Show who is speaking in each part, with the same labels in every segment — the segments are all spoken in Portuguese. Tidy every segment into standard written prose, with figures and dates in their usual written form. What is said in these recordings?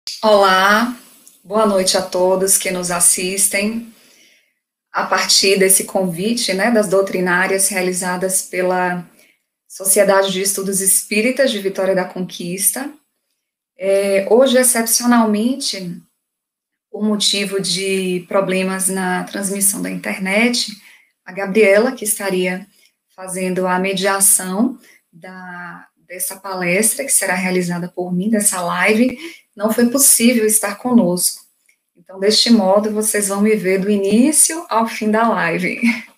Speaker 1: Olá, boa noite a todos que nos assistem a partir desse convite, das doutrinárias realizadas pela Sociedade de Estudos Espíritas de Vitória da Conquista. Hoje, excepcionalmente, por motivo de problemas na transmissão da internet, a Gabriela, que estaria fazendo a mediação dessa palestra, que será realizada por mim, dessa live, não foi possível estar conosco. Então, deste modo, vocês vão me ver do início ao fim da live.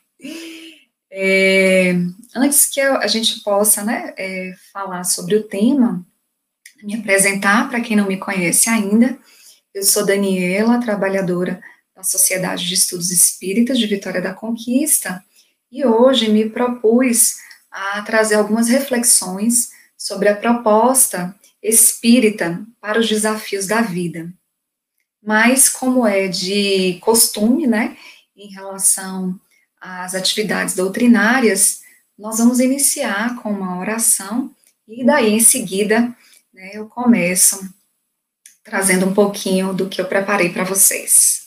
Speaker 1: Antes que a gente possa, falar sobre o tema, me apresentar para quem não me conhece ainda, eu sou Daniela, trabalhadora da Sociedade de Estudos Espíritas de Vitória da Conquista, e hoje me propus a trazer algumas reflexões sobre a proposta espírita para os desafios da vida. Mas, como é de costume, em relação às atividades doutrinárias, nós vamos iniciar com uma oração, e daí, em seguida, eu começo trazendo um pouquinho do que eu preparei para vocês.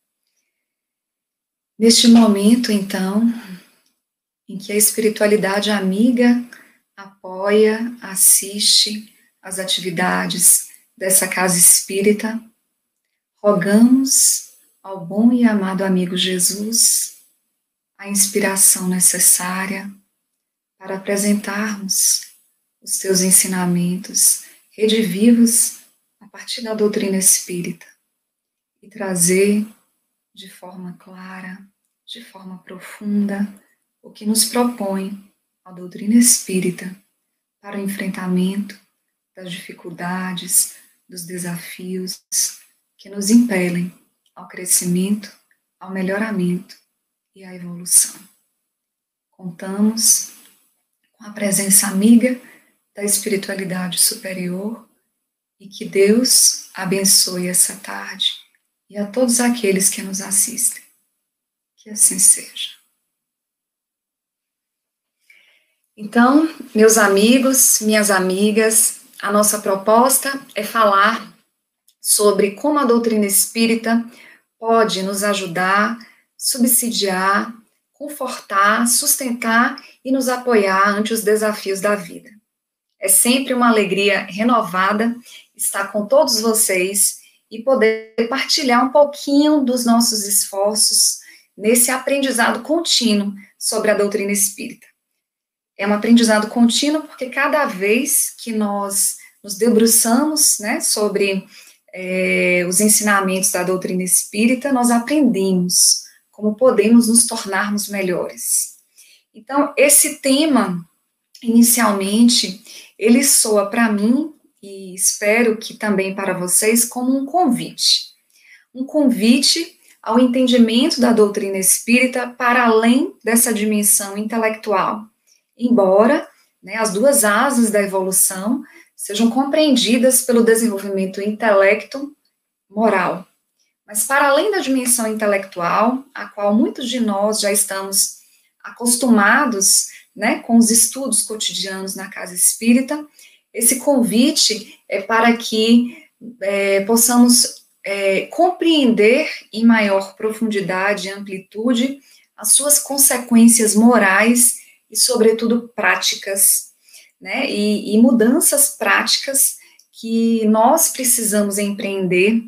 Speaker 1: Neste momento, então, em que a espiritualidade amiga apoia, assiste às atividades dessa casa espírita, rogamos ao bom e amado amigo Jesus a inspiração necessária para apresentarmos os seus ensinamentos redivivos a partir da doutrina espírita e trazer de forma clara, de forma profunda, o que nos propõe a doutrina espírita para o enfrentamento das dificuldades, dos desafios que nos impelem ao crescimento, ao melhoramento e à evolução. Contamos com a presença amiga da espiritualidade superior e que Deus abençoe essa tarde e a todos aqueles que nos assistem. Que assim seja. Então, meus amigos, minhas amigas, a nossa proposta é falar sobre como a doutrina espírita pode nos ajudar, subsidiar, confortar, sustentar e nos apoiar ante os desafios da vida. É sempre uma alegria renovada estar com todos vocês e poder partilhar um pouquinho dos nossos esforços nesse aprendizado contínuo sobre a doutrina espírita. É um aprendizado contínuo porque cada vez que nós nos debruçamos, sobre os ensinamentos da doutrina espírita, nós aprendemos como podemos nos tornarmos melhores. Então, esse tema, inicialmente, ele soa para mim, e espero que também para vocês, como um convite. Um convite ao entendimento da doutrina espírita para além dessa dimensão intelectual. Embora as duas asas da evolução sejam compreendidas pelo desenvolvimento intelecto-moral. Mas para além da dimensão intelectual, a qual muitos de nós já estamos acostumados, com os estudos cotidianos na casa espírita, esse convite é para que possamos compreender em maior profundidade e amplitude as suas consequências morais e, sobretudo, práticas, e mudanças práticas que nós precisamos empreender,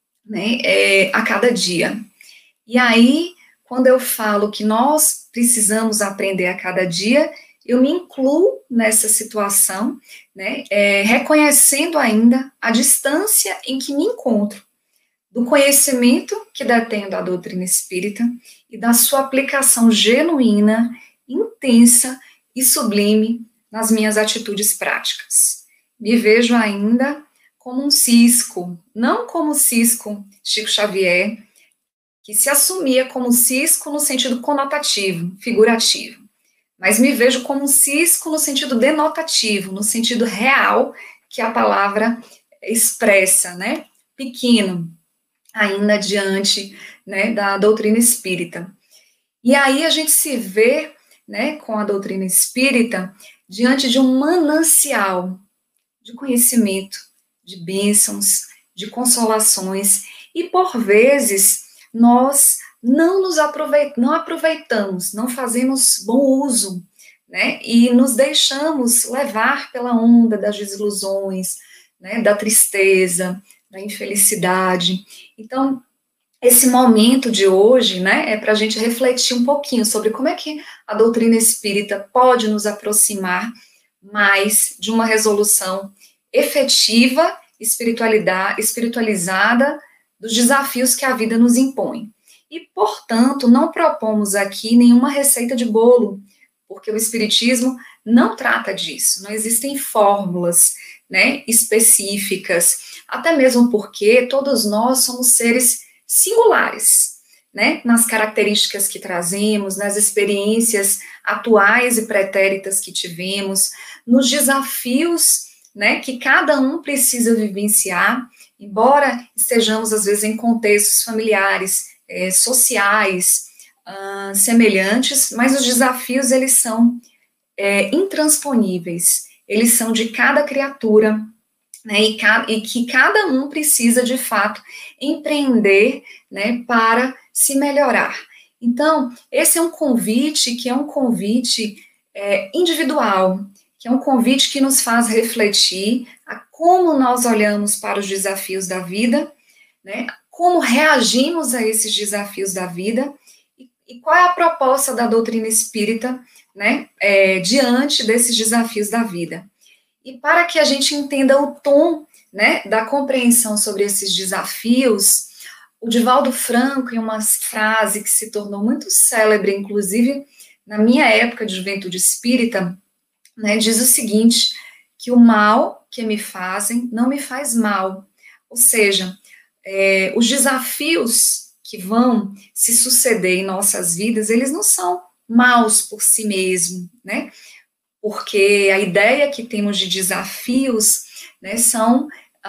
Speaker 1: a cada dia. E aí, quando eu falo que nós precisamos aprender a cada dia, eu me incluo nessa situação, reconhecendo ainda a distância em que me encontro do conhecimento que detendo da doutrina espírita e da sua aplicação genuína, intensa e sublime nas minhas atitudes práticas. Me vejo ainda como um cisco, não como o cisco Chico Xavier, que se assumia como cisco no sentido conotativo, figurativo, mas me vejo como um cisco no sentido denotativo, no sentido real que a palavra expressa, pequeno, ainda diante, da doutrina espírita. E aí a gente se vê, com a doutrina espírita, diante de um manancial de conhecimento, de bênçãos, de consolações, e por vezes nós não aproveitamos, não fazemos bom uso, né, e nos deixamos levar pela onda das desilusões, né, da tristeza, da infelicidade. Então, esse momento de hoje, né, é para a gente refletir um pouquinho sobre como é que a doutrina espírita pode nos aproximar mais de uma resolução efetiva, espiritualizada dos desafios que a vida nos impõe. E, portanto, não propomos aqui nenhuma receita de bolo, porque o Espiritismo não trata disso, não existem fórmulas, né, específicas, até mesmo porque todos nós somos seres singulares, né, nas características que trazemos, nas experiências atuais e pretéritas que tivemos, nos desafios, né, que cada um precisa vivenciar, embora estejamos, às vezes, em contextos familiares, sociais, semelhantes, mas os desafios, eles são intransponíveis, eles são de cada criatura, né, e que cada um precisa, de fato, empreender, né, para se melhorar. Então, esse é um convite que é um convite individual, que é um convite que nos faz refletir a como nós olhamos para os desafios da vida, né, como reagimos a esses desafios da vida, e qual é a proposta da doutrina espírita, né, diante desses desafios da vida. E para que a gente entenda o tom, né, da compreensão sobre esses desafios, o Divaldo Franco, em uma frase que se tornou muito célebre, inclusive na minha época de juventude espírita, né, diz o seguinte, que o mal que me fazem não me faz mal. Ou seja, os desafios que vão se suceder em nossas vidas, eles não são maus por si mesmo, né? Porque a ideia que temos de desafios, né, são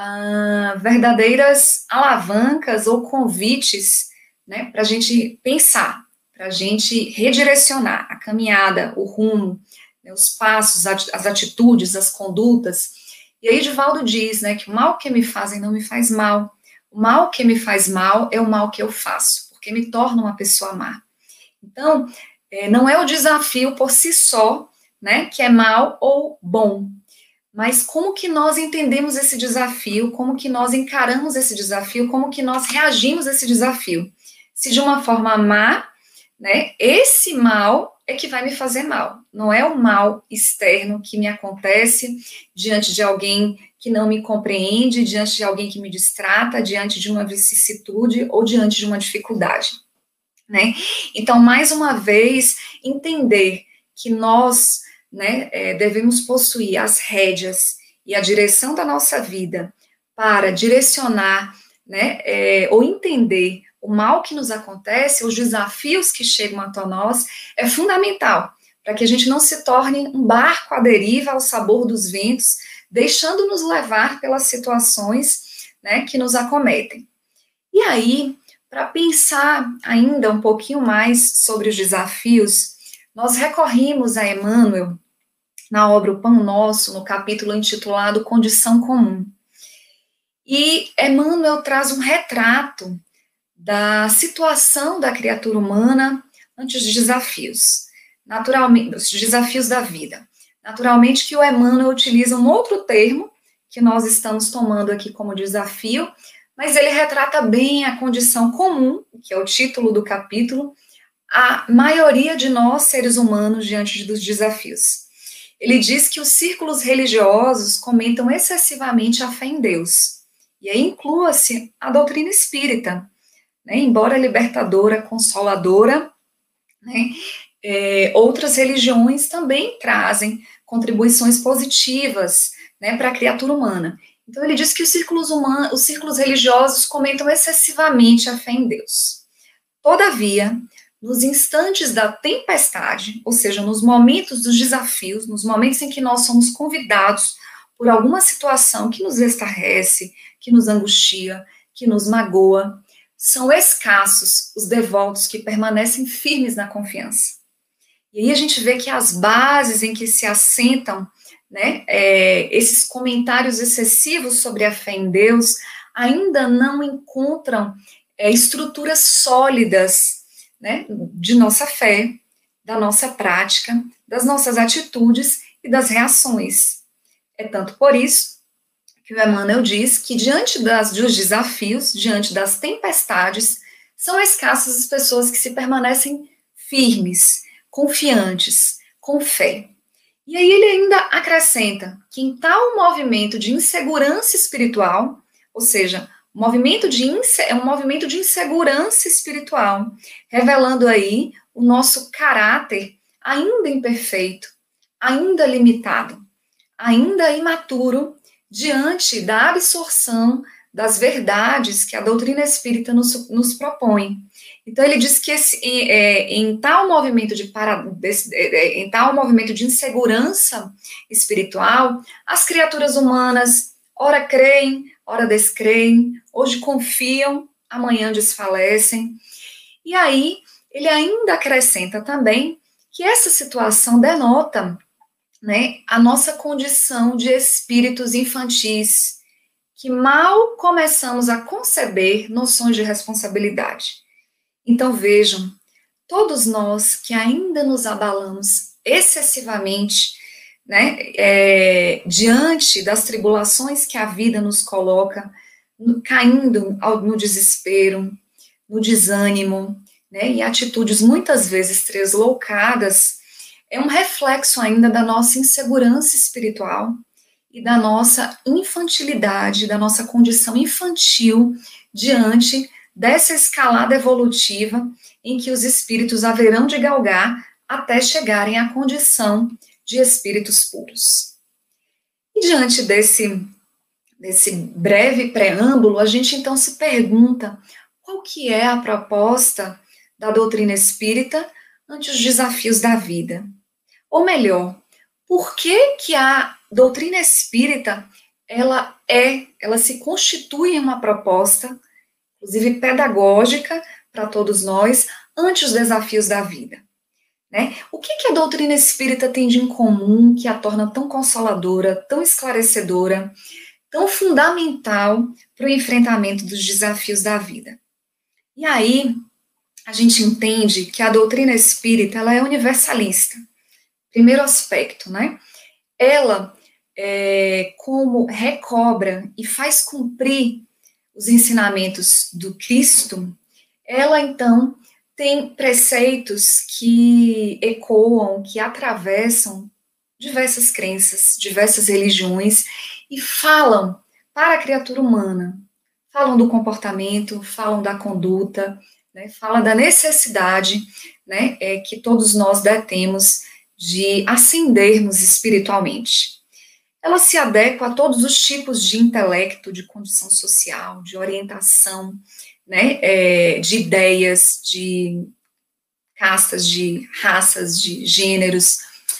Speaker 1: verdadeiras alavancas ou convites, né, para a gente pensar, para a gente redirecionar a caminhada, o rumo, né, os passos, as atitudes, as condutas. E aí Divaldo diz, né, que o mal que me fazem não me faz mal. O mal que me faz mal é o mal que eu faço, porque me torna uma pessoa má. Então, não é o desafio por si só, né, que é mal ou bom, mas como que nós entendemos esse desafio, como que nós encaramos esse desafio, como que nós reagimos a esse desafio. Se de uma forma má, né, esse mal é que vai me fazer mal, não é o mal externo que me acontece diante de alguém que não me compreende, diante de alguém que me distrata, diante de uma vicissitude ou diante de uma dificuldade, né? Então, mais uma vez, entender que nós, né, devemos possuir as rédeas e a direção da nossa vida para direcionar, né, ou entender o mal que nos acontece, os desafios que chegam até nós, é fundamental para que a gente não se torne um barco à deriva ao sabor dos ventos, deixando-nos levar pelas situações, né, que nos acometem. E aí, para pensar ainda um pouquinho mais sobre os desafios, nós recorrimos a Emmanuel na obra O Pão Nosso, no capítulo intitulado Condição Comum. E Emmanuel traz um retrato da situação da criatura humana ante os desafios, naturalmente, os desafios da vida. Naturalmente que o Emmanuel utiliza um outro termo, que nós estamos tomando aqui como desafio, mas ele retrata bem a condição comum, que é o título do capítulo, a maioria de nós, seres humanos, diante dos desafios. Ele diz que os círculos religiosos comentam excessivamente a fé em Deus, e aí inclua-se a doutrina espírita, né, embora libertadora, consoladora, né, outras religiões também trazem contribuições positivas, né, para a criatura humana. Então ele diz que os círculos religiosos comentam excessivamente a fé em Deus. Todavia, nos instantes da tempestade, ou seja, nos momentos dos desafios, nos momentos em que nós somos convidados por alguma situação que nos estarrece, que nos angustia, que nos magoa, são escassos os devotos que permanecem firmes na confiança. E aí a gente vê que as bases em que se assentam, né, esses comentários excessivos sobre a fé em Deus, ainda não encontram estruturas sólidas, né, de nossa fé, da nossa prática, das nossas atitudes e das reações. É tanto por isso que o Emmanuel diz que diante dos desafios, diante das tempestades, são escassas as pessoas que se permanecem firmes, confiantes, com fé. E aí ele ainda acrescenta que em tal movimento de insegurança espiritual, ou seja, é um movimento de insegurança espiritual, revelando aí o nosso caráter ainda imperfeito, ainda limitado, ainda imaturo, diante da absorção das verdades que a doutrina espírita nos propõe. Então ele diz que em tal movimento de insegurança espiritual, as criaturas humanas ora creem, ora descreem, hoje confiam, amanhã desfalecem. E aí ele ainda acrescenta também que essa situação denota, né, a nossa condição de espíritos infantis, que mal começamos a conceber noções de responsabilidade. Então vejam, todos nós que ainda nos abalamos excessivamente, né, diante das tribulações que a vida nos coloca, caindo no desespero, no desânimo, né, e atitudes muitas vezes tresloucadas, é um reflexo ainda da nossa insegurança espiritual e da nossa infantilidade, da nossa condição infantil diante dessa escalada evolutiva em que os espíritos haverão de galgar até chegarem à condição de espíritos puros. E diante desse breve preâmbulo, a gente então se pergunta qual que é a proposta da doutrina espírita ante os desafios da vida. Ou melhor, por que a doutrina espírita ela se constitui em uma proposta, inclusive pedagógica, para todos nós, ante os desafios da vida? Né? O que a doutrina espírita tem de incomum que a torna tão consoladora, tão esclarecedora, tão fundamental para o enfrentamento dos desafios da vida? E aí, a gente entende que a doutrina espírita ela é universalista. Primeiro aspecto, né? Ela, como recobra e faz cumprir os ensinamentos do Cristo, ela, então, tem preceitos que ecoam, que atravessam diversas crenças, diversas religiões e falam para a criatura humana. Falam do comportamento, falam da conduta, né? Falam da necessidade, né, que todos nós detemos de ascendermos espiritualmente. Ela se adequa a todos os tipos de intelecto, de condição social, de orientação, né, de ideias, de castas, de raças, de gêneros,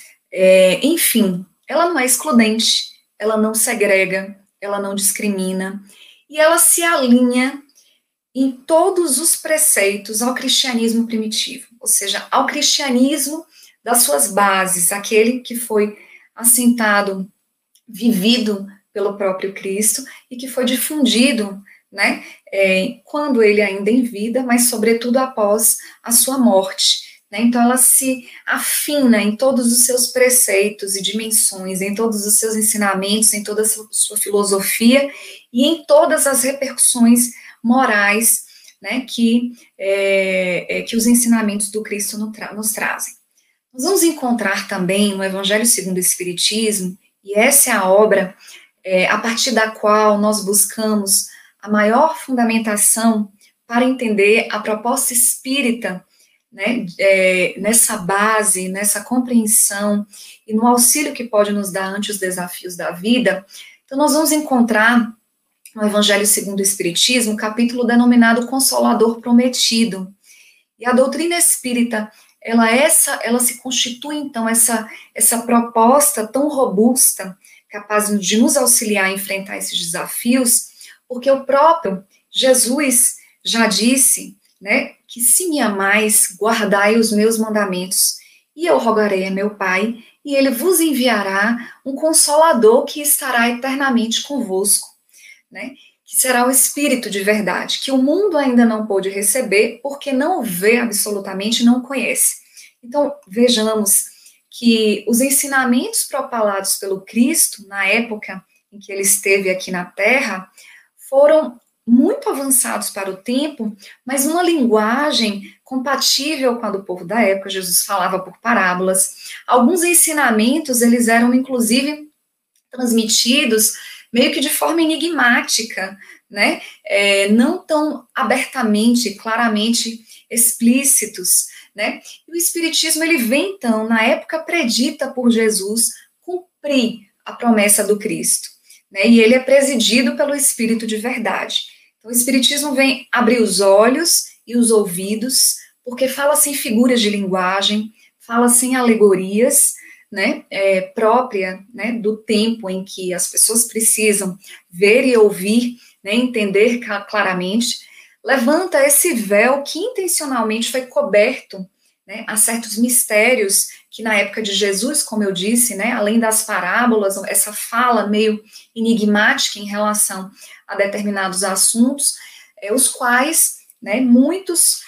Speaker 1: enfim, ela não é excludente, ela não segrega, ela não discrimina, e ela se alinha em todos os preceitos ao cristianismo primitivo, ou seja, ao cristianismo das suas bases, aquele que foi assentado, vivido pelo próprio Cristo e que foi difundido, né, quando ele ainda em vida, mas sobretudo após a sua morte. Né? Então ela se afina em todos os seus preceitos e dimensões, em todos os seus ensinamentos, em toda a sua filosofia e em todas as repercussões morais, né, que os ensinamentos do Cristo nos trazem. Nós vamos encontrar também no Evangelho segundo o Espiritismo, e essa é a obra a partir da qual nós buscamos a maior fundamentação para entender a proposta espírita, né, nessa base, nessa compreensão e no auxílio que pode nos dar ante os desafios da vida. Então nós vamos encontrar no Evangelho segundo o Espiritismo, um capítulo denominado Consolador Prometido. E a doutrina espírita, ela se constitui, então, essa proposta tão robusta, capaz de nos auxiliar a enfrentar esses desafios, porque o próprio Jesus já disse, né, que se me amais, guardai os meus mandamentos, e eu rogarei a meu Pai, e ele vos enviará um Consolador que estará eternamente convosco. Né, que que será o Espírito de verdade, que o mundo ainda não pôde receber, porque não vê absolutamente, não conhece. Então, vejamos que os ensinamentos propalados pelo Cristo, na época em que ele esteve aqui na Terra, foram muito avançados para o tempo, mas uma linguagem compatível com a do povo da época. Jesus falava por parábolas. Alguns ensinamentos, eles eram, inclusive, transmitidos meio que de forma enigmática, né? Não tão abertamente, claramente explícitos, né? E o Espiritismo, ele vem, então, na época predita por Jesus, cumprir a promessa do Cristo, né? E ele é presidido pelo Espírito de verdade. Então, o Espiritismo vem abrir os olhos e os ouvidos, porque fala-se em figuras de linguagem, fala-se em alegorias, né, própria, né, do tempo em que as pessoas precisam ver e ouvir, né, entender claramente, levanta esse véu que intencionalmente foi coberto, né, a certos mistérios que na época de Jesus, como eu disse, né, além das parábolas, essa fala meio enigmática em relação a determinados assuntos, os quais, né, muitos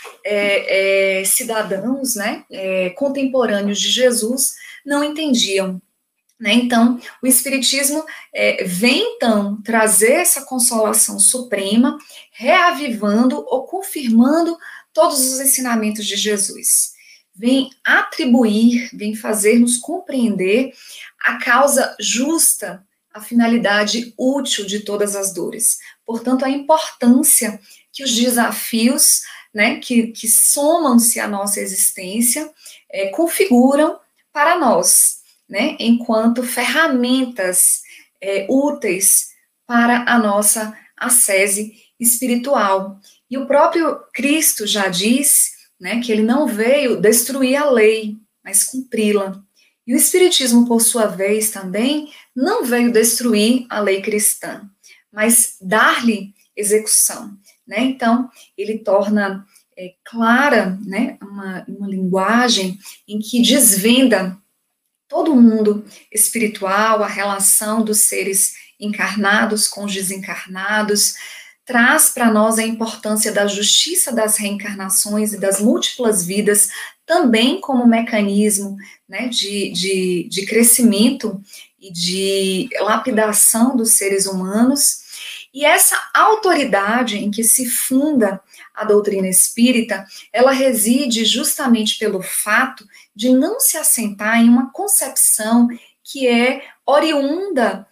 Speaker 1: cidadãos, né, contemporâneos de Jesus não entendiam, né? Então, o Espiritismo vem, então, trazer essa consolação suprema, reavivando ou confirmando todos os ensinamentos de Jesus. Vem atribuir, vem fazer-nos compreender a causa justa, a finalidade útil de todas as dores. Portanto, a importância que os desafios, né, que somam-se à nossa existência, configuram para nós, né, enquanto ferramentas úteis para a nossa ascese espiritual. E o próprio Cristo já diz, né, que ele não veio destruir a lei, mas cumpri-la. E o Espiritismo, por sua vez, também não veio destruir a lei cristã, mas dar-lhe execução, né? Então, ele torna clara, né, uma linguagem em que desvenda todo o mundo espiritual, a relação dos seres encarnados com os desencarnados, traz para nós a importância da justiça das reencarnações e das múltiplas vidas, também como mecanismo, né, de crescimento e de lapidação dos seres humanos. E essa autoridade em que se funda a doutrina espírita, ela reside justamente pelo fato de não se assentar em uma concepção que é oriunda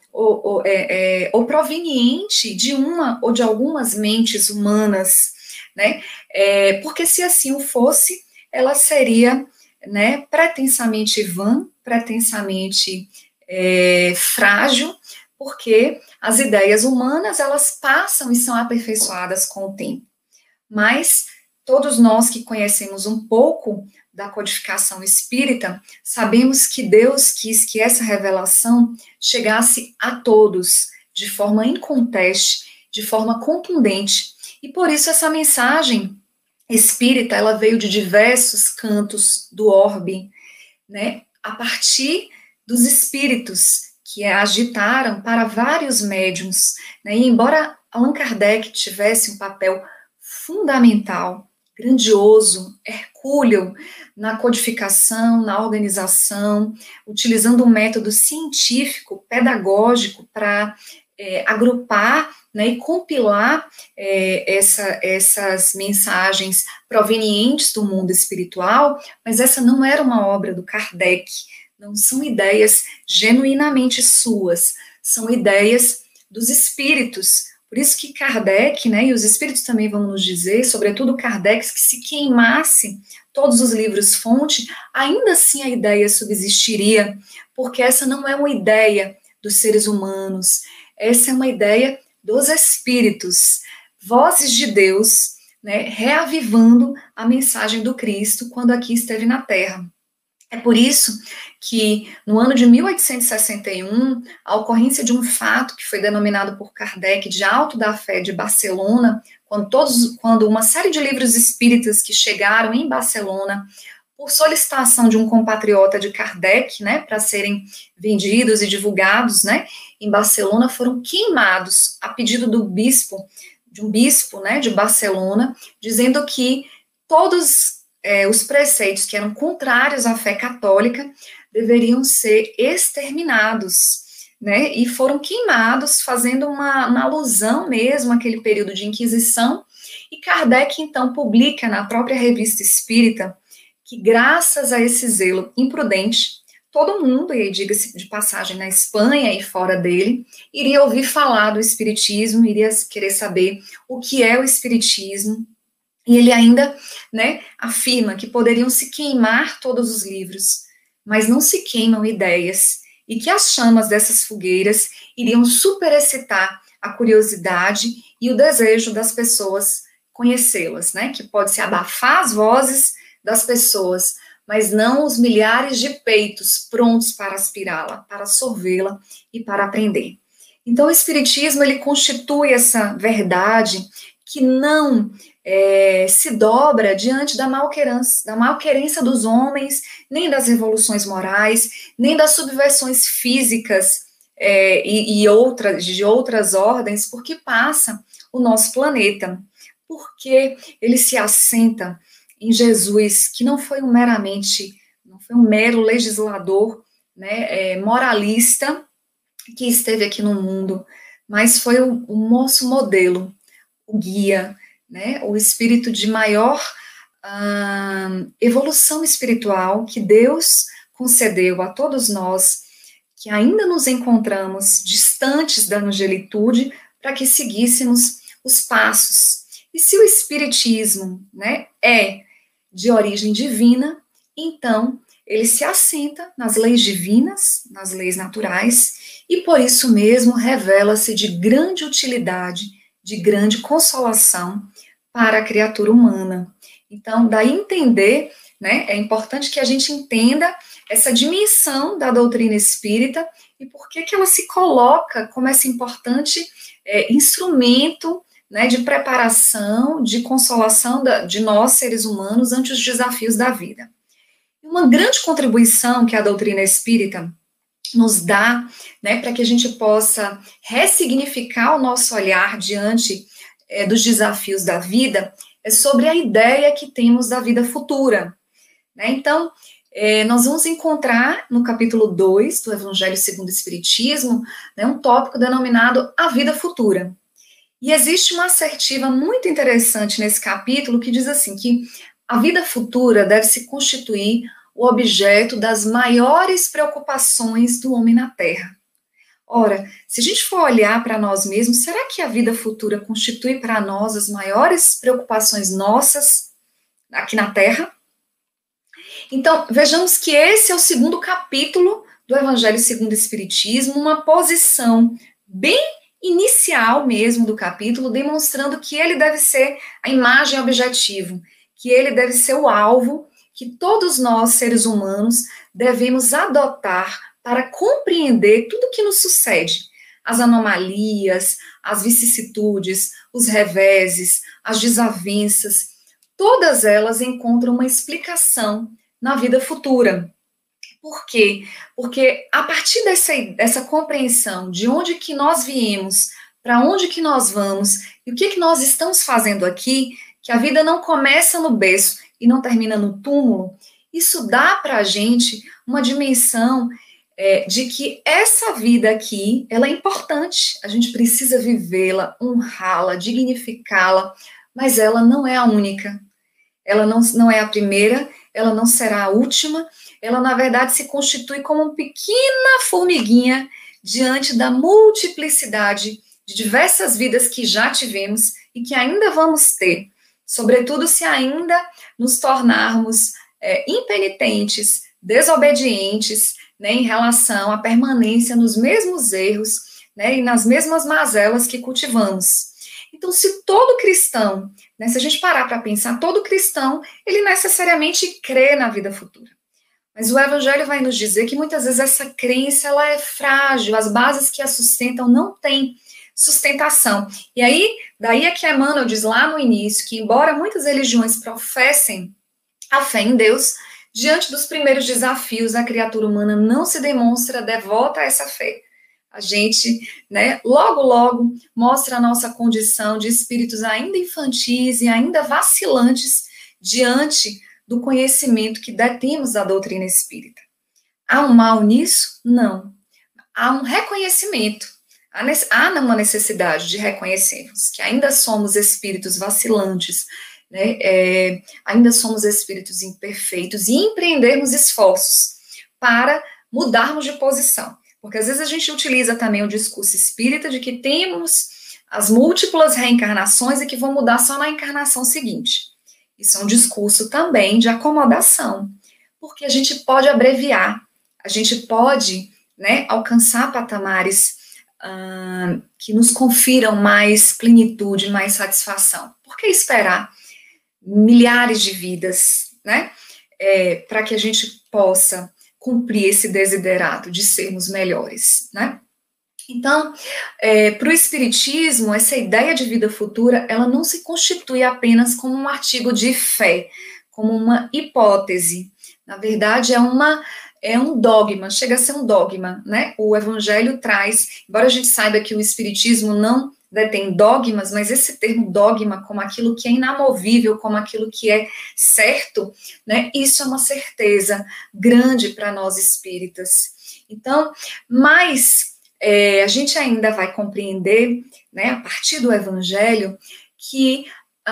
Speaker 1: ou proveniente de uma ou de algumas mentes humanas, né? Porque se assim o fosse, ela seria, né, pretensamente vã, pretensamente frágil, porque as ideias humanas, elas passam e são aperfeiçoadas com o tempo. Mas todos nós que conhecemos um pouco da codificação espírita, sabemos que Deus quis que essa revelação chegasse a todos, de forma inconteste, de forma contundente. E por isso essa mensagem espírita, ela veio de diversos cantos do orbe, né, a partir dos espíritos que a agitaram para vários médiuns, né, e embora Allan Kardec tivesse um papel fundamental, grandioso, hercúleo, na codificação, na organização, utilizando um método científico, pedagógico, para agrupar, né, e compilar essas mensagens provenientes do mundo espiritual, mas essa não era uma obra do Kardec, não são ideias genuinamente suas, são ideias dos espíritos. Por isso que Kardec, né, e os espíritos também vão nos dizer, sobretudo Kardec, que se queimasse todos os livros-fonte, ainda assim a ideia subsistiria, porque essa não é uma ideia dos seres humanos, essa é uma ideia dos espíritos, vozes de Deus, né, reavivando a mensagem do Cristo quando aqui esteve na Terra. É por isso que, no ano de 1861, a ocorrência de um fato que foi denominado por Kardec de Alto da Fé de Barcelona, quando uma série de livros espíritas que chegaram em Barcelona, por solicitação de um compatriota de Kardec, né, para serem vendidos e divulgados, né, em Barcelona foram queimados a pedido do bispo, de um bispo, né, de Barcelona, dizendo que todos os preceitos que eram contrários à fé católica deveriam ser exterminados, né, e foram queimados, fazendo uma alusão mesmo àquele período de Inquisição, e Kardec, então, publica na própria Revista Espírita que, graças a esse zelo imprudente, todo mundo, e aí diga-se de passagem, na Espanha e fora dele, iria ouvir falar do Espiritismo, iria querer saber o que é o Espiritismo, e ele ainda, né, afirma que poderiam se queimar todos os livros, mas não se queimam ideias, e que as chamas dessas fogueiras iriam superexcitar a curiosidade e o desejo das pessoas conhecê-las, né, que pode se abafar as vozes das pessoas, mas não os milhares de peitos prontos para aspirá-la, para sorvê-la e para aprender. Então, o Espiritismo, ele constitui essa verdade que não se dobra diante da malquerência dos homens, nem das revoluções morais, nem das subversões físicas de outras ordens, porque passa o nosso planeta, porque ele se assenta em Jesus, que não foi um mero legislador, né, moralista, que esteve aqui no mundo, mas foi o nosso modelo, o guia, né, o espírito de maior evolução espiritual que Deus concedeu a todos nós, que ainda nos encontramos distantes da angelitude, para que seguíssemos os passos. E se o Espiritismo, né, é de origem divina, então ele se assenta nas leis divinas, nas leis naturais, e por isso mesmo revela-se de grande utilidade, de grande consolação para a criatura humana. Então, daí entender, né, é importante que a gente entenda essa dimensão da doutrina espírita e por que ela se coloca como esse importante instrumento, né, de preparação, de consolação de nós, seres humanos, ante os desafios da vida. Uma grande contribuição que a doutrina espírita nos dá, né, para que a gente possa ressignificar o nosso olhar diante dos desafios da vida, é sobre a ideia que temos da vida futura. Né? Então, nós vamos encontrar no capítulo 2 do Evangelho segundo o Espiritismo, né, um tópico denominado a vida futura. E existe uma assertiva muito interessante nesse capítulo que diz assim, que a vida futura deve se constituir o objeto das maiores preocupações do homem na Terra. Ora, se a gente for olhar para nós mesmos, será que a vida futura constitui para nós as maiores preocupações nossas aqui na Terra? Então, vejamos que esse é o segundo capítulo do Evangelho segundo o Espiritismo, uma posição bem inicial mesmo do capítulo, demonstrando que ele deve ser a imagem objetivo, que ele deve ser o alvo que todos nós, seres humanos, devemos adotar para compreender tudo o que nos sucede, as anomalias, as vicissitudes, os reveses, as desavenças, todas elas encontram uma explicação na vida futura. Por quê? Porque a partir dessa compreensão de onde que nós viemos, para onde que nós vamos e o que nós estamos fazendo aqui, que a vida não começa no berço e não termina no túmulo, isso dá para a gente uma dimensão de que essa vida aqui, ela é importante, a gente precisa vivê-la, honrá-la, dignificá-la, mas ela não é a única, ela não é a primeira, ela não será a última, ela, na verdade, se constitui como uma pequena formiguinha diante da multiplicidade de diversas vidas que já tivemos e que ainda vamos ter, sobretudo se ainda nos tornarmos impenitentes, desobedientes, né, em relação à permanência nos mesmos erros, né, e nas mesmas mazelas que cultivamos. Então, se todo cristão, né, se a gente parar para pensar, todo cristão, ele necessariamente crê na vida futura. Mas o Evangelho vai nos dizer que muitas vezes essa crença ela é frágil, as bases que a sustentam não têm sustentação. E aí, daí é que Emmanuel diz lá no início que, embora muitas religiões professem a fé em Deus, diante dos primeiros desafios, a criatura humana não se demonstra devota a essa fé. a gente, né, logo, logo mostra a nossa condição de espíritos ainda infantis e ainda vacilantes diante do conhecimento que detemos da doutrina espírita. Há um mal nisso? Não. Há um reconhecimento. Há uma necessidade de reconhecermos que ainda somos espíritos vacilantes, né, ainda somos espíritos imperfeitos e empreendermos esforços para mudarmos de posição. Porque às vezes a gente utiliza também o discurso espírita de que temos as múltiplas reencarnações e que vão mudar só na encarnação seguinte. Isso é um discurso também de acomodação, porque a gente pode abreviar, a gente pode, né, alcançar patamares que nos confiram mais plenitude, mais satisfação. Por que esperar milhares de vidas, né, para que a gente possa cumprir esse desiderato de sermos melhores, né? Então, para o Espiritismo, essa ideia de vida futura, ela não se constitui apenas como um artigo de fé, como uma hipótese. Na verdade, é um dogma, chega a ser um dogma, né? O Evangelho traz, embora a gente saiba que o Espiritismo não detém dogmas, mas esse termo dogma, como aquilo que é inamovível, como aquilo que é certo, né? Isso é uma certeza grande para nós espíritas. Então, mas a gente ainda vai compreender, né, a partir do Evangelho, que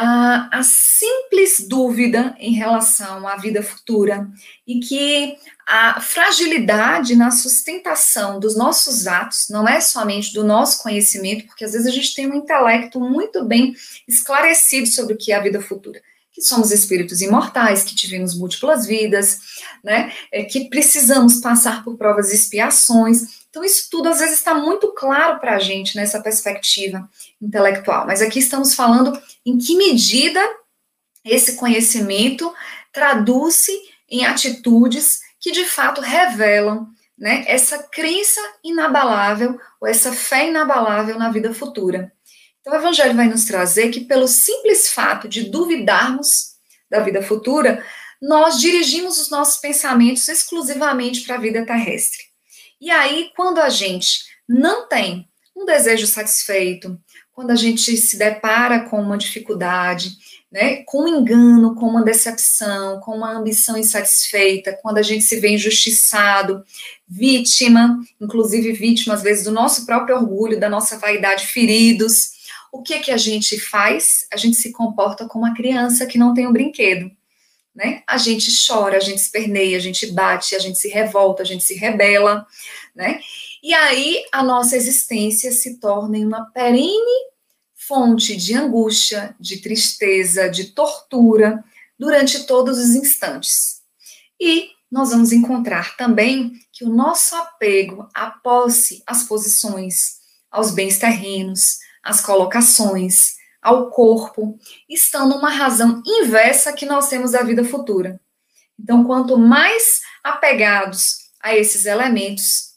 Speaker 1: a simples dúvida em relação à vida futura e que a fragilidade na sustentação dos nossos atos não é somente do nosso conhecimento, porque às vezes a gente tem um intelecto muito bem esclarecido sobre o que é a vida futura, que somos espíritos imortais, que tivemos múltiplas vidas, né, que precisamos passar por provas e expiações. Então, isso tudo às vezes está muito claro para a gente nessa perspectiva intelectual, mas aqui estamos falando em que medida esse conhecimento traduz-se em atitudes que de fato revelam, né, essa crença inabalável ou essa fé inabalável na vida futura. Então, o Evangelho vai nos trazer que, pelo simples fato de duvidarmos da vida futura, nós dirigimos os nossos pensamentos exclusivamente para a vida terrestre. E aí, quando a gente não tem um desejo satisfeito, quando a gente se depara com uma dificuldade, né, com um engano, com uma decepção, com uma ambição insatisfeita, quando a gente se vê injustiçado, vítima, inclusive vítima, às vezes, do nosso próprio orgulho, da nossa vaidade, feridos, o que que a gente faz? A gente se comporta como uma criança que não tem um brinquedo, né? A gente chora, a gente esperneia, a gente bate, a gente se revolta, a gente se rebela, né? E aí a nossa existência se torna uma perene fonte de angústia, de tristeza, de tortura durante todos os instantes. E nós vamos encontrar também que o nosso apego à posse, às posições, aos bens terrenos, às colocações, ao corpo, estão numa razão inversa que nós temos da vida futura. Então, quanto mais apegados a esses elementos,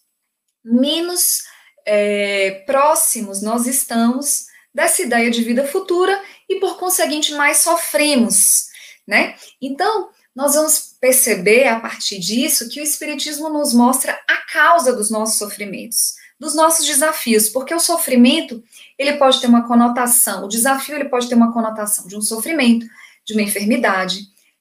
Speaker 1: menos próximos nós estamos dessa ideia de vida futura e, por conseguinte, mais sofremos, né? Então, nós vamos perceber, a partir disso, que o Espiritismo nos mostra a causa dos nossos sofrimentos, dos nossos desafios, porque o sofrimento, ele pode ter uma conotação, o desafio, ele pode ter uma conotação de um sofrimento, de uma enfermidade,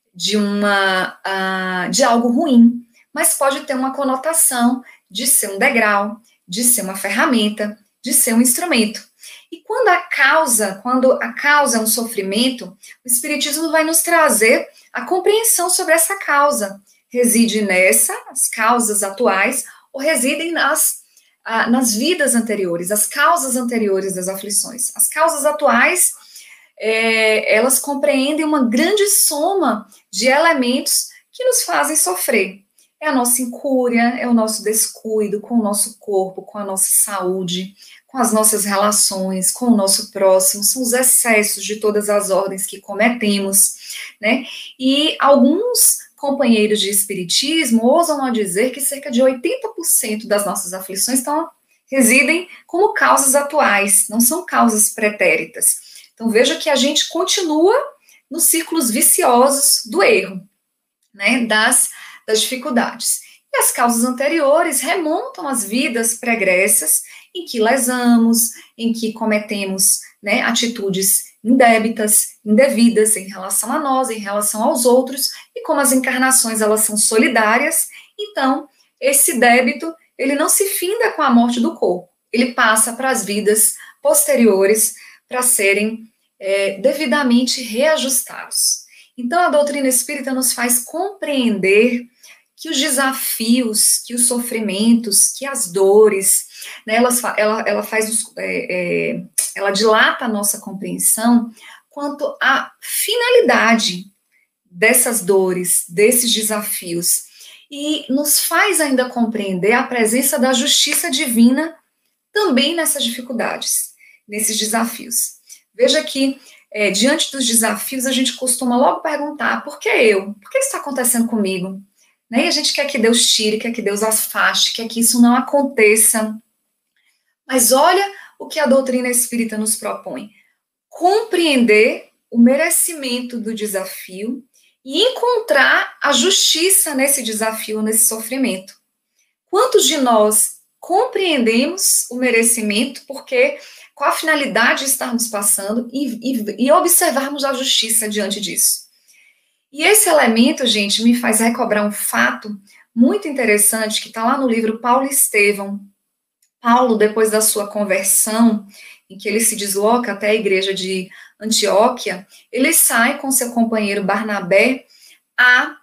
Speaker 1: de algo ruim, mas pode ter uma conotação de ser um degrau, de ser uma ferramenta, de ser um instrumento. E quando a causa é um sofrimento, o Espiritismo vai nos trazer a compreensão sobre essa causa. Reside nessa, as causas atuais, ou residem nas vidas anteriores, as causas anteriores das aflições. As causas atuais, elas compreendem uma grande soma de elementos que nos fazem sofrer. É a nossa incúria, é o nosso descuido com o nosso corpo, com a nossa saúde, com as nossas relações, com o nosso próximo, são os excessos de todas as ordens que cometemos, né? E alguns companheiros de espiritismo ousam a dizer que cerca de 80% das nossas aflições residem como causas atuais, não são causas pretéritas. Então veja que a gente continua nos círculos viciosos do erro, né, das dificuldades. E as causas anteriores remontam às vidas pregressas em que lesamos, em que cometemos, né, atitudes indébitas, indevidas em relação a nós, em relação aos outros, e como as encarnações elas são solidárias, então esse débito ele não se finda com a morte do corpo, ele passa para as vidas posteriores para serem devidamente reajustados. Então a doutrina espírita nos faz compreender que os desafios, que os sofrimentos, que as dores, né, ela dilata a nossa compreensão quanto à finalidade dessas dores, desses desafios, e nos faz ainda compreender a presença da justiça divina também nessas dificuldades, nesses desafios. Veja que, diante dos desafios, a gente costuma logo perguntar, por que eu? Por que isso está acontecendo comigo? Né? E a gente quer que Deus tire, quer que Deus afaste, quer que isso não aconteça. Mas olha o que a doutrina espírita nos propõe. Compreender o merecimento do desafio e encontrar a justiça nesse desafio, nesse sofrimento. Quantos de nós compreendemos o merecimento porque com a finalidade de estarmos passando e observarmos a justiça diante disso? E esse elemento, gente, me faz recobrar um fato muito interessante que está lá no livro Paulo e Estevão. Paulo, depois da sua conversão, em que ele se desloca até a igreja de Antioquia, ele sai com seu companheiro Barnabé a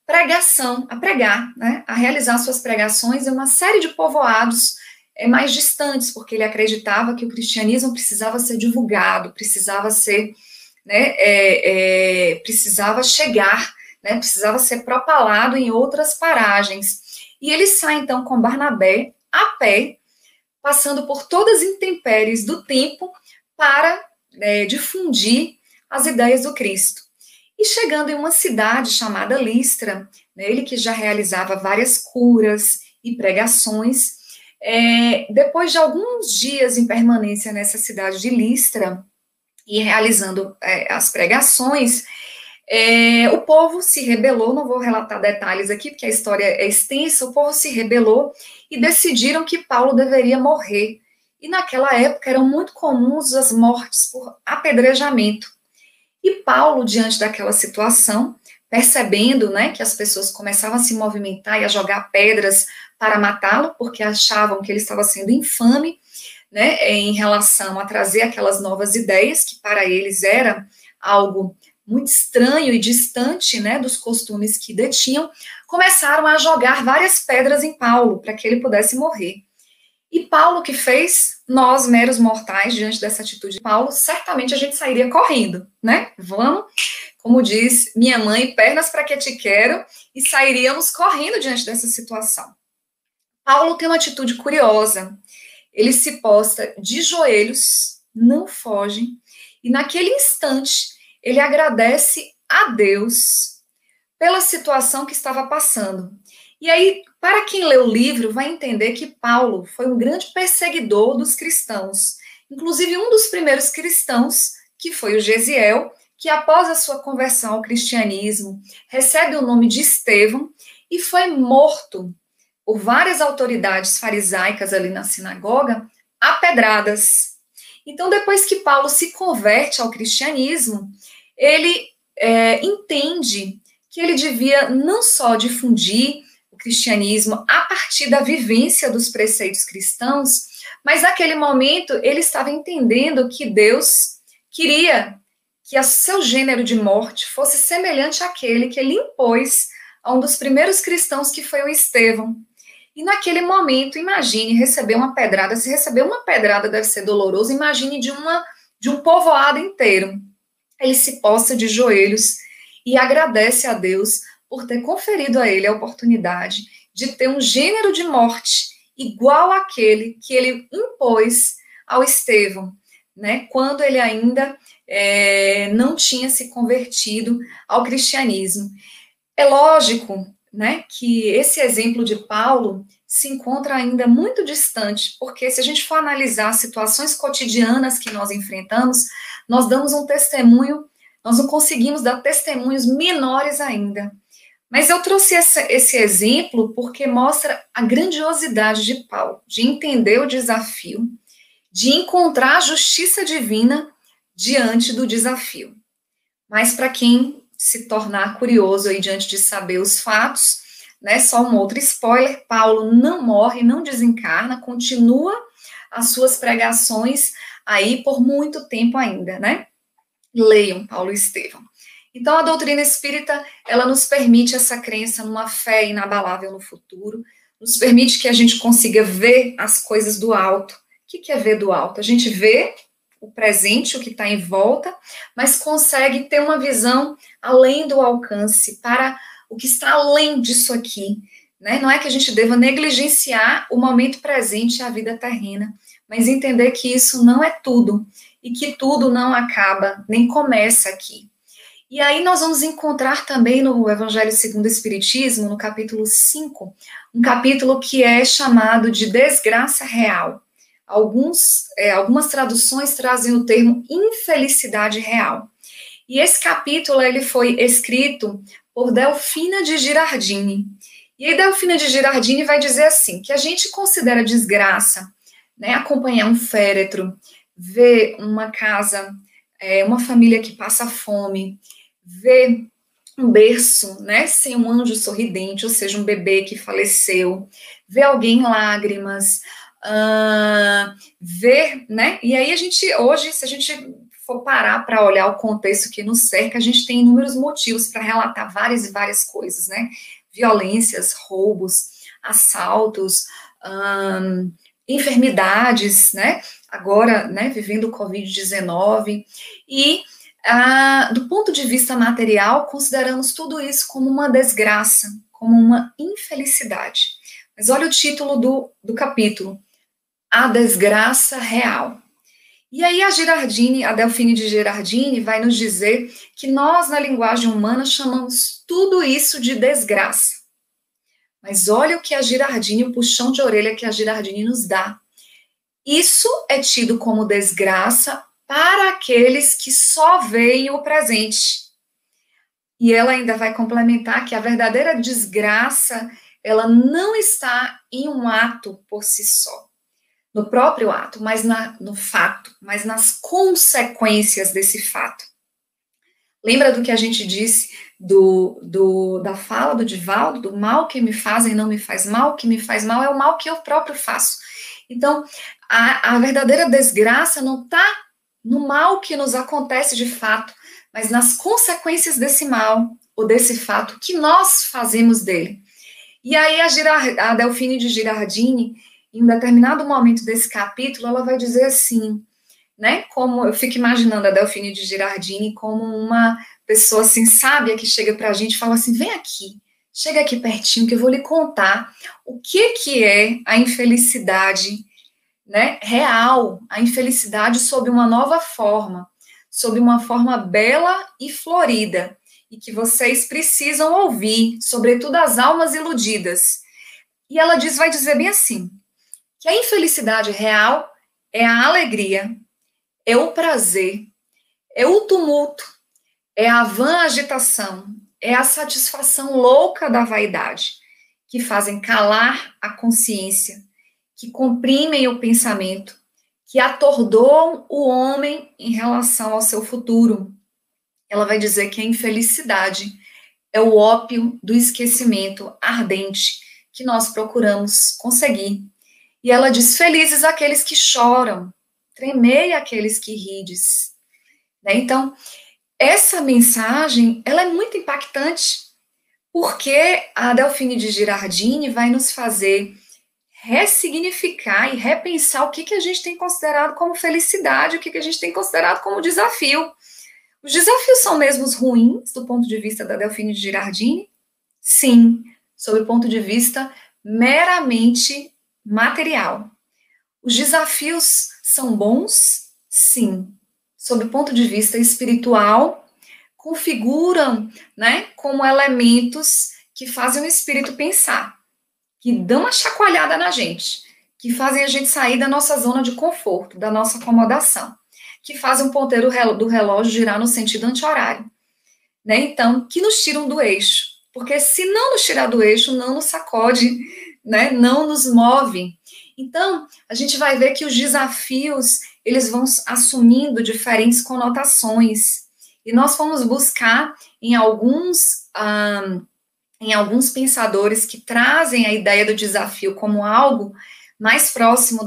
Speaker 1: pregar, né, a realizar suas pregações em uma série de povoados mais distantes, porque ele acreditava que o cristianismo precisava ser divulgado, precisava ser, né, precisava chegar, né, precisava ser propalado em outras paragens. E ele sai, então, com Barnabé, a pé, passando por todas as intempéries do tempo para difundir as ideias do Cristo. E chegando em uma cidade chamada Listra, né, ele que já realizava várias curas e pregações, depois de alguns dias em permanência nessa cidade de Listra e realizando as pregações, o povo se rebelou, não vou relatar detalhes aqui, porque a história é extensa, o povo se rebelou e decidiram que Paulo deveria morrer. E naquela época eram muito comuns as mortes por apedrejamento. E Paulo, diante daquela situação, percebendo, né, que as pessoas começavam a se movimentar e a jogar pedras para matá-lo, porque achavam que ele estava sendo infame, né, em relação a trazer aquelas novas ideias, que para eles era algo muito estranho e distante, né, dos costumes que detinham, começaram a jogar várias pedras em Paulo, para que ele pudesse morrer. E Paulo que fez? Nós, meros mortais, diante dessa atitude de Paulo, certamente a gente sairia correndo, né? Vamos, como diz minha mãe, pernas para que te quero, e sairíamos correndo diante dessa situação. Paulo tem uma atitude curiosa. Ele se posta de joelhos, não foge, e naquele instante ele agradece a Deus pela situação que estava passando. E aí, para quem lê o livro, vai entender que Paulo foi um grande perseguidor dos cristãos. Inclusive, um dos primeiros cristãos, que foi o Gesiel, que após a sua conversão ao cristianismo, recebe o nome de Estevão e foi morto por várias autoridades farisaicas ali na sinagoga, a pedradas. Então, depois que Paulo se converte ao cristianismo, ele entende que ele devia não só difundir o cristianismo a partir da vivência dos preceitos cristãos, mas naquele momento ele estava entendendo que Deus queria que o seu gênero de morte fosse semelhante àquele que ele impôs a um dos primeiros cristãos, que foi o Estevão. E naquele momento, imagine receber uma pedrada. Se receber uma pedrada deve ser doloroso, imagine de um povoado inteiro. Ele se posta de joelhos e agradece a Deus por ter conferido a ele a oportunidade de ter um gênero de morte igual àquele que ele impôs ao Estevão, né, quando ele ainda não tinha se convertido ao cristianismo. É lógico, né, que esse exemplo de Paulo se encontra ainda muito distante, porque se a gente for analisar situações cotidianas que nós enfrentamos, nós damos um testemunho, nós não conseguimos dar testemunhos menores ainda. Mas eu trouxe esse exemplo porque mostra a grandiosidade de Paulo, de entender o desafio, de encontrar a justiça divina diante do desafio. Mas para quem se tornar curioso aí diante de saber os fatos, né, só um outro spoiler, Paulo não morre, não desencarna, continua as suas pregações aí por muito tempo ainda, né? Leiam Paulo e Estevão. Então, a doutrina espírita, ela nos permite essa crença numa fé inabalável no futuro, nos permite que a gente consiga ver as coisas do alto. O que é ver do alto? A gente vê o presente, o que está em volta, mas consegue ter uma visão além do alcance, para o que está além disso aqui. Né? Não é que a gente deva negligenciar o momento presente e a vida terrena, mas entender que isso não é tudo, e que tudo não acaba, nem começa aqui. E aí nós vamos encontrar também no Evangelho segundo o Espiritismo, no capítulo 5, um capítulo que é chamado de desgraça real. Algumas traduções trazem o termo infelicidade real. E esse capítulo ele foi escrito por Delfina de Girardini. E aí Delfina de Girardini vai dizer assim, que a gente considera desgraça, né, acompanhar um féretro, ver uma casa, uma família que passa fome, ver um berço, né, sem um anjo sorridente, ou seja, um bebê que faleceu, ver alguém em lágrimas, ver, né, e aí a gente, hoje, se a gente for parar para olhar o contexto que nos cerca, a gente tem inúmeros motivos para relatar várias e várias coisas, né, violências, roubos, assaltos, enfermidades, né, agora, né, vivendo o Covid-19, e do ponto de vista material, consideramos tudo isso como uma desgraça, como uma infelicidade. Mas olha o título do capítulo, A Desgraça Real. E aí a Delfine de Girardini, vai nos dizer que nós, na linguagem humana, chamamos tudo isso de desgraça. Mas olha o que a Girardini, o puxão de orelha que a Girardini nos dá. Isso é tido como desgraça para aqueles que só veem o presente. E ela ainda vai complementar que a verdadeira desgraça, ela não está em um ato por si só, no próprio ato, mas no fato, mas nas consequências desse fato. Lembra do que a gente disse da fala do Divaldo, do mal que me fazem não me faz mal, o que me faz mal é o mal que eu próprio faço. Então, a verdadeira desgraça não está no mal que nos acontece de fato, mas nas consequências desse mal, ou desse fato, que nós fazemos dele. E aí a Delfine de Girardini, em um determinado momento desse capítulo, ela vai dizer assim, né, como eu fico imaginando a Delfine de Girardini como uma pessoa assim, sábia, que chega para a gente e fala assim, vem aqui, chega aqui pertinho que eu vou lhe contar o que é a infelicidade, né, real, a infelicidade sob uma nova forma, sob uma forma bela e florida, e que vocês precisam ouvir, sobretudo as almas iludidas. E ela vai dizer bem assim, que a infelicidade real é a alegria, é o prazer, é o tumulto, é a vã agitação, é a satisfação louca da vaidade, que fazem calar a consciência, que comprimem o pensamento, que atordoam o homem em relação ao seu futuro. Ela vai dizer que a infelicidade é o ópio do esquecimento ardente que nós procuramos conseguir. E ela diz, felizes aqueles que choram, tremei aqueles que rides. Né? Então, essa mensagem, ela é muito impactante, porque a Delfine de Girardini vai nos fazer ressignificar e repensar o que a gente tem considerado como felicidade, o que a gente tem considerado como desafio. Os desafios são mesmo ruins, do ponto de vista da Delfine de Girardini? Sim, sob o ponto de vista meramente material. Os desafios são bons? Sim. Sob o ponto de vista espiritual, configuram, né, como elementos que fazem o espírito pensar, que dão uma chacoalhada na gente, que fazem a gente sair da nossa zona de conforto, da nossa acomodação, que fazem o ponteiro do relógio girar no sentido anti-horário, né? Então, que nos tiram do eixo. porque se não nos tirar do eixo, não nos sacode, né? Não nos move. Então, a gente vai ver que os desafios, eles vão assumindo diferentes conotações. E nós fomos buscar em alguns pensadores que trazem a ideia do desafio como algo mais próximo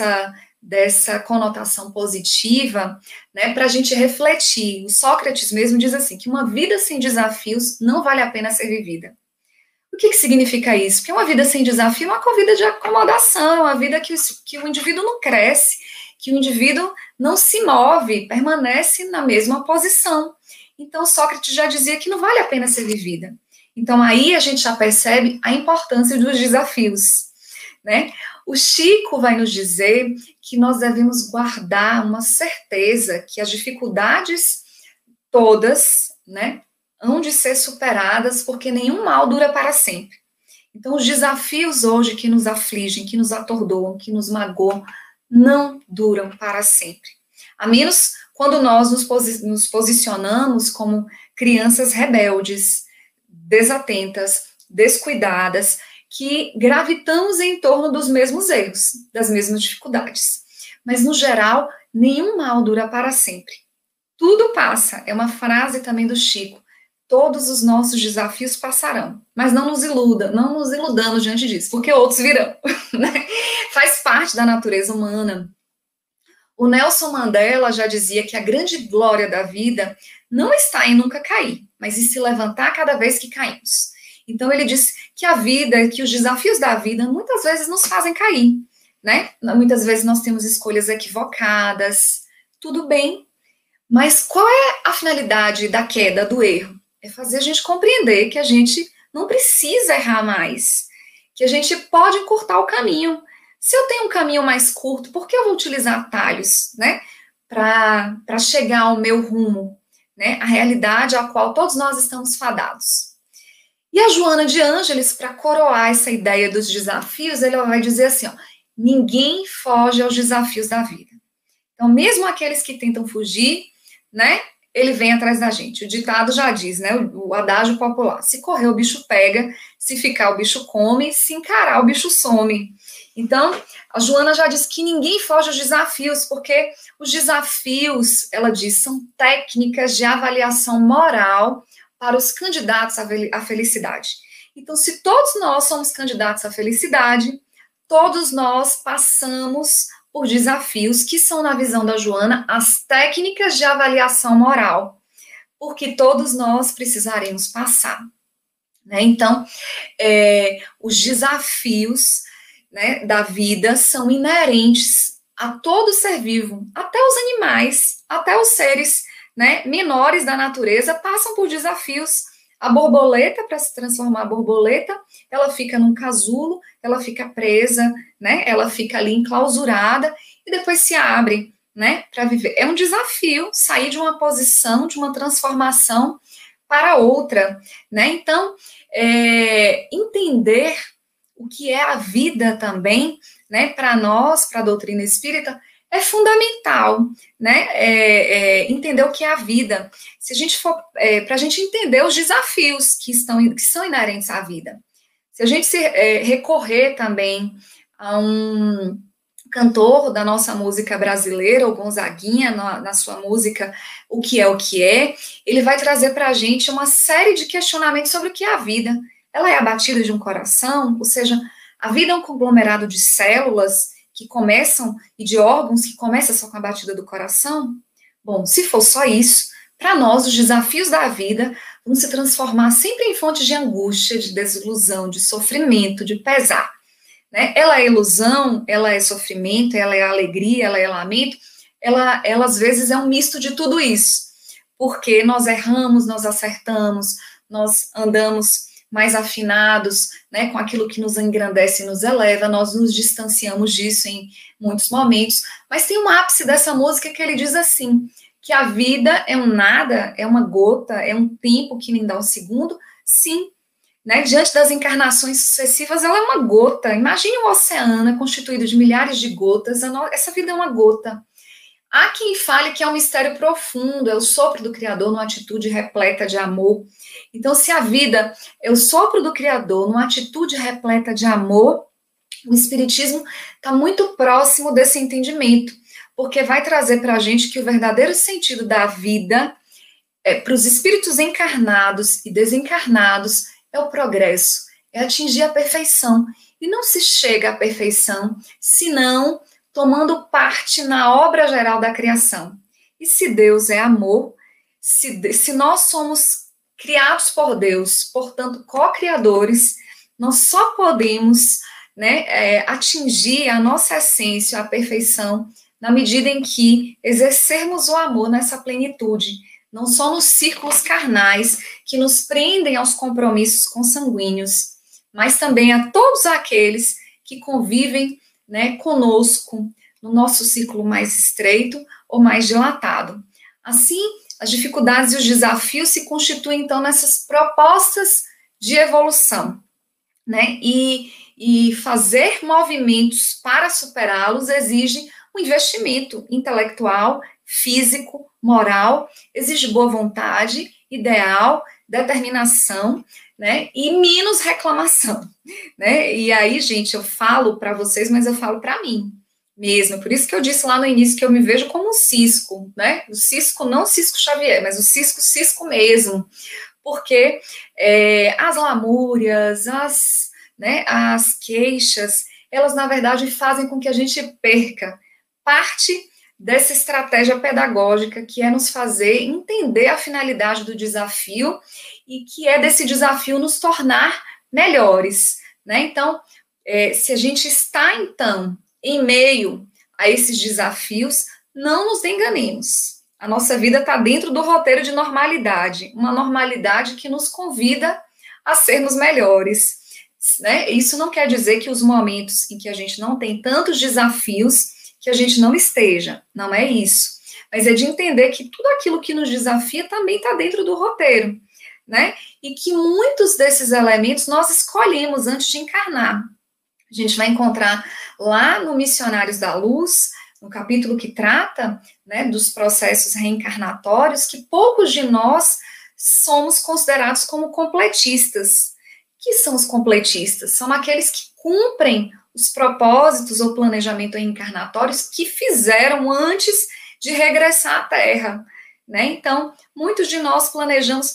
Speaker 1: dessa conotação positiva, né, para a gente refletir. O Sócrates mesmo diz assim, que uma vida sem desafios não vale a pena ser vivida. O que significa isso? Porque uma vida sem desafio é uma vida de acomodação, é uma vida que o indivíduo não cresce, que o indivíduo não se move, permanece na mesma posição. Então, Sócrates já dizia que não vale a pena ser vivida. Então, aí a gente já percebe a importância dos desafios, né? O Chico vai nos dizer que nós devemos guardar uma certeza que as dificuldades todas, né, hão de ser superadas, porque nenhum mal dura para sempre. Então, os desafios hoje que nos afligem, que nos atordoam, que nos magoam, não duram para sempre. A menos quando nós nos posicionamos como crianças rebeldes, desatentas, descuidadas, que gravitamos em torno dos mesmos erros, das mesmas dificuldades. Mas, no geral, nenhum mal dura para sempre. Tudo passa, é uma frase também do Chico. Todos os nossos desafios passarão, mas não nos iludamos diante disso, porque outros virão, né? Faz parte da natureza humana. O Nelson Mandela já dizia que a grande glória da vida não está em nunca cair, mas em se levantar cada vez que caímos. Então ele diz que a vida, que os desafios da vida muitas vezes nos fazem cair, né? Muitas vezes nós temos escolhas equivocadas, tudo bem, mas qual é a finalidade da queda, do erro? É fazer a gente compreender que a gente não precisa errar mais, que a gente pode encurtar o caminho. Se eu tenho um caminho mais curto, por que eu vou utilizar atalhos, né, para chegar ao meu rumo, né, a realidade a qual todos nós estamos fadados? E a Joana de Ângeles, para coroar essa ideia dos desafios, ela vai dizer assim, ó, ninguém foge aos desafios da vida. Então, mesmo aqueles que tentam fugir, né, ele vem atrás da gente. O ditado já diz, né, o adágio popular, se correr o bicho pega, se ficar o bicho come, se encarar o bicho some. Então, a Joana já diz que ninguém foge aos desafios, porque os desafios, ela diz, são técnicas de avaliação moral para os candidatos à felicidade. Então, se todos nós somos candidatos à felicidade, todos nós passamos por desafios que são, na visão da Joana, as técnicas de avaliação moral, porque todos nós precisaremos passar. Né? Então, os desafios, né, da vida são inerentes a todo ser vivo, até os animais, até os seres, né, menores da natureza passam por desafios. A borboleta, para se transformar borboleta, ela fica num casulo, ela fica presa, né? Ela fica ali enclausurada e depois se abre, né? Para viver. É um desafio sair de uma posição, de uma transformação para outra, né? Então, entender o que é a vida também, né? Para nós, para a doutrina espírita, é fundamental, né? Entender o que é a vida. Se a gente for, para a gente entender os desafios que são inerentes à vida. Se a gente recorrer também a um cantor da nossa música brasileira, o Gonzaguinha, na sua música O Que é, ele vai trazer para a gente uma série de questionamentos sobre o que é a vida. Ela é a batida de um coração, ou seja, a vida é um conglomerado de células que começam, e de órgãos que começam só com a batida do coração? Bom, se for só isso, para nós os desafios da vida vão se transformar sempre em fontes de angústia, de desilusão, de sofrimento, de pesar. Né? Ela é ilusão, ela é sofrimento, ela é alegria, ela é lamento, ela às vezes é um misto de tudo isso, porque nós erramos, nós acertamos, nós andamos mais afinados, né, com aquilo que nos engrandece e nos eleva, nós nos distanciamos disso em muitos momentos, mas tem um ápice dessa música que ele diz assim, que a vida é um nada, é uma gota, é um tempo que nem dá um segundo, sim, né, diante das encarnações sucessivas, ela é uma gota, imagine um oceano constituído de milhares de gotas, essa vida é uma gota, Há quem fale que é um mistério profundo, é o sopro do Criador numa atitude repleta de amor. Então, se a vida é o sopro do Criador numa atitude repleta de amor, o Espiritismo está muito próximo desse entendimento, porque vai trazer para a gente que o verdadeiro sentido da vida para os espíritos encarnados e desencarnados é o progresso, é atingir a perfeição. E não se chega à perfeição senão tomando parte na obra geral da criação. E se Deus é amor, se nós somos criados por Deus, portanto, co-criadores, nós só podemos, atingir a nossa essência, a perfeição, na medida em que exercermos o amor nessa plenitude, não só nos círculos carnais que nos prendem aos compromissos consanguíneos, mas também a todos aqueles que convivem, conosco no nosso círculo mais estreito ou mais dilatado. Assim, as dificuldades e os desafios se constituem, então, nessas propostas de evolução, E fazer movimentos para superá-los exige um investimento intelectual, físico, moral, exige boa vontade, ideal, determinação, e menos reclamação, E aí, gente, eu falo para vocês, mas eu falo para mim mesmo. Por isso que eu disse lá no início que eu me vejo como um cisco, O cisco, não Cisco Xavier, mas o cisco, cisco mesmo. Porque as lamúrias, as queixas, elas, na verdade, fazem com que a gente perca parte dessa estratégia pedagógica que é nos fazer entender a finalidade do desafio e que é desse desafio nos tornar melhores, Então, se a gente está, então, em meio a esses desafios, não nos enganemos. A nossa vida está dentro do roteiro de normalidade, uma normalidade que nos convida a sermos melhores, Isso não quer dizer que os momentos em que a gente não tem tantos desafios, que a gente não esteja, não é isso. Mas é de entender que tudo aquilo que nos desafia também está dentro do roteiro, E que muitos desses elementos nós escolhemos antes de encarnar. A gente vai encontrar lá no Missionários da Luz, no capítulo que trata, dos processos reencarnatórios, que poucos de nós somos considerados como completistas. Que são os completistas? São aqueles que cumprem os propósitos ou planejamento reencarnatórios que fizeram antes de regressar à Terra, Então, muitos de nós planejamos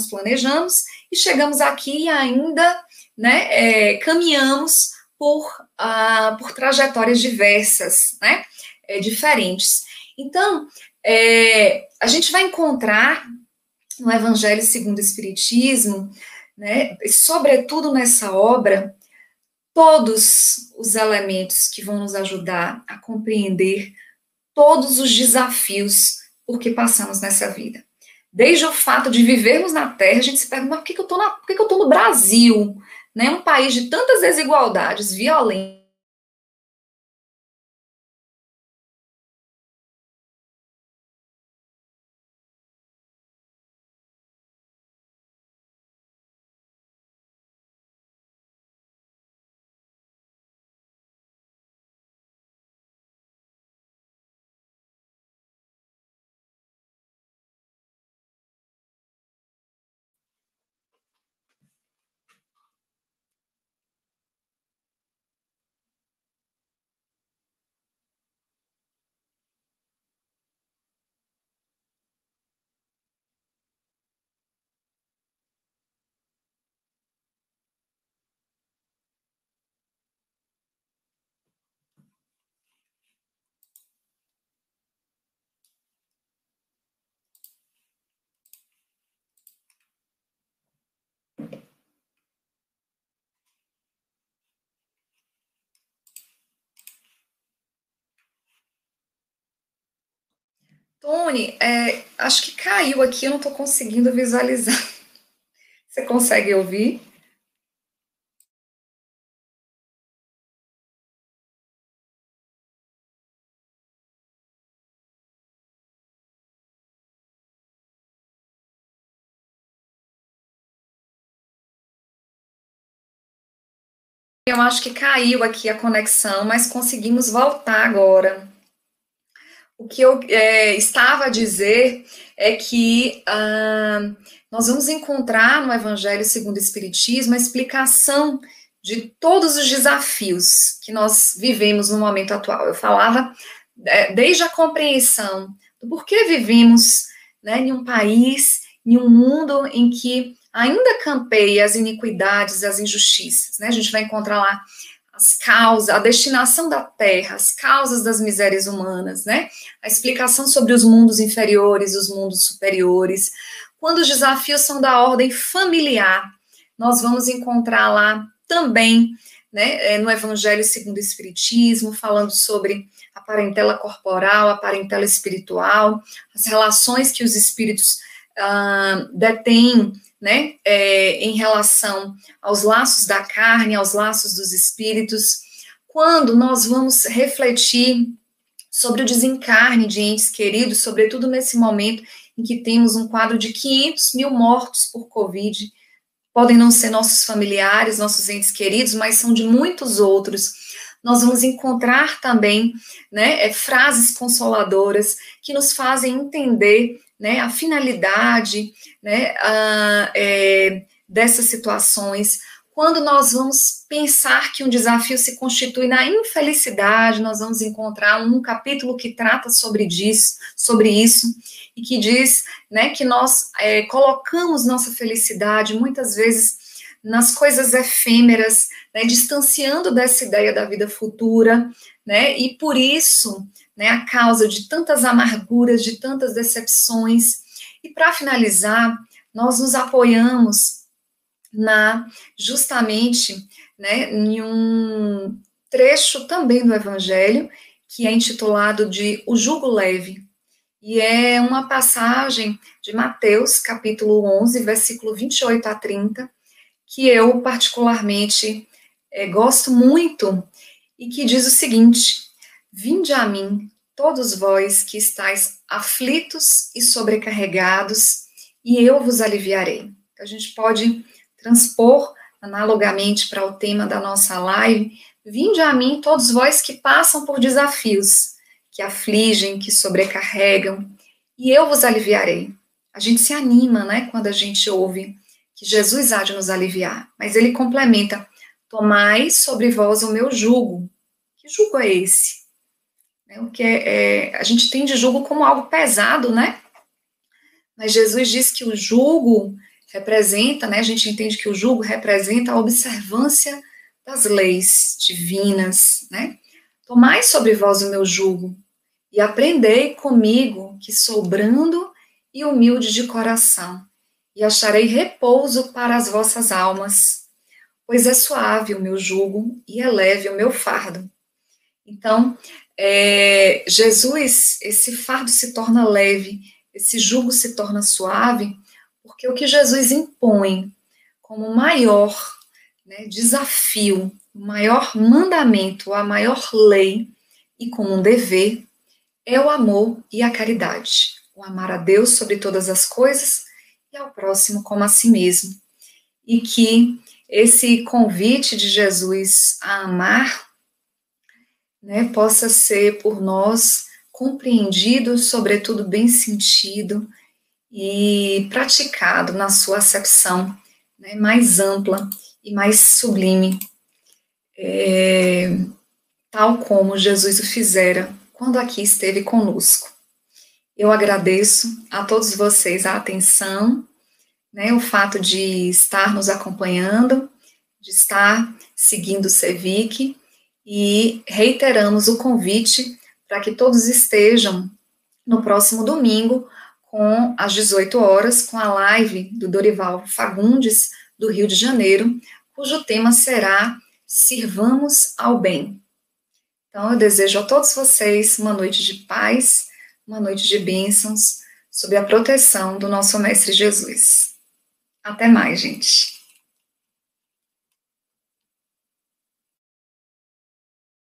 Speaker 1: e chegamos aqui e ainda, caminhamos por trajetórias diversas, diferentes. Então, a gente vai encontrar no Evangelho segundo o Espiritismo, sobretudo nessa obra, todos os elementos que vão nos ajudar a compreender todos os desafios por que passamos nessa vida. Desde o fato de vivermos na Terra, a gente se pergunta, mas por que eu estou no Brasil? Um país de tantas desigualdades, violência. Tony, acho que caiu aqui, eu não estou conseguindo visualizar. Você consegue ouvir? Eu acho que caiu aqui a conexão, mas conseguimos voltar agora. O que eu estava a dizer é que nós vamos encontrar no Evangelho segundo o Espiritismo a explicação de todos os desafios que nós vivemos no momento atual. Eu falava desde a compreensão do porquê vivemos, né, em um país, em um mundo em que ainda campeia as iniquidades, as injustiças, né? A gente vai encontrar lá as causas, a destinação da terra, as causas das misérias humanas, né? A explicação sobre os mundos inferiores, os mundos superiores. Quando os desafios são da ordem familiar, nós vamos encontrar lá também, né, no Evangelho segundo o Espiritismo, falando sobre a parentela corporal, a parentela espiritual, as relações que os espíritos detêm, né, em relação aos laços da carne, aos laços dos espíritos. Quando nós vamos refletir sobre o desencarne de entes queridos, sobretudo nesse momento em que temos um quadro de 500 mil mortos por Covid, podem não ser nossos familiares, nossos entes queridos, mas são de muitos outros. Nós vamos encontrar também, né, frases consoladoras que nos fazem entender, né, a finalidade, né, dessas situações. Quando nós vamos pensar que um desafio se constitui na infelicidade, nós vamos encontrar um capítulo que trata sobre isso, e que diz, né, que nós colocamos nossa felicidade, muitas vezes, nas coisas efêmeras, né, distanciando dessa ideia da vida futura, né, e por isso, né, a causa de tantas amarguras, de tantas decepções. E para finalizar, nós nos apoiamos justamente, né, em um trecho também do Evangelho, que é intitulado de O Jugo Leve, e é uma passagem de Mateus, capítulo 11, versículo 28 a 30, que eu particularmente gosto muito, e que diz o seguinte: vinde a mim, todos vós que estáis aflitos e sobrecarregados, e eu vos aliviarei. A gente pode transpor analogamente para o tema da nossa live: vinde a mim, todos vós que passam por desafios, que afligem, que sobrecarregam, e eu vos aliviarei. A gente se anima, né, quando a gente ouve que Jesus há de nos aliviar, mas ele complementa: tomai sobre vós o meu jugo. Que jugo é esse? O que a gente tem de jugo como algo pesado, né? Mas Jesus diz que o jugo representa, né, a gente entende que o jugo representa a observância das leis divinas, né? Tomai sobre vós o meu jugo e aprendei comigo, que sou brando e humilde de coração, e acharei repouso para as vossas almas, pois é suave o meu jugo e é leve o meu fardo. Então, Jesus, esse fardo se torna leve, esse jugo se torna suave, porque o que Jesus impõe como maior, né, desafio, o maior mandamento, a maior lei, e como um dever, é o amor e a caridade. O amar a Deus sobre todas as coisas e ao próximo como a si mesmo. E que esse convite de Jesus a amar, né, possa ser por nós compreendido, sobretudo bem sentido e praticado na sua acepção, né, mais ampla e mais sublime, tal como Jesus o fizera quando aqui esteve conosco. Eu agradeço a todos vocês a atenção, né, o fato de estar nos acompanhando, de estar seguindo o CEVIC, e reiteramos o convite para que todos estejam no próximo domingo, às 18 horas, com a live do Dorival Fagundes, do Rio de Janeiro, cujo tema será Sirvamos ao Bem. Então, eu desejo a todos vocês uma noite de paz, uma noite de bênçãos, sob a proteção do nosso Mestre Jesus. Até mais, gente.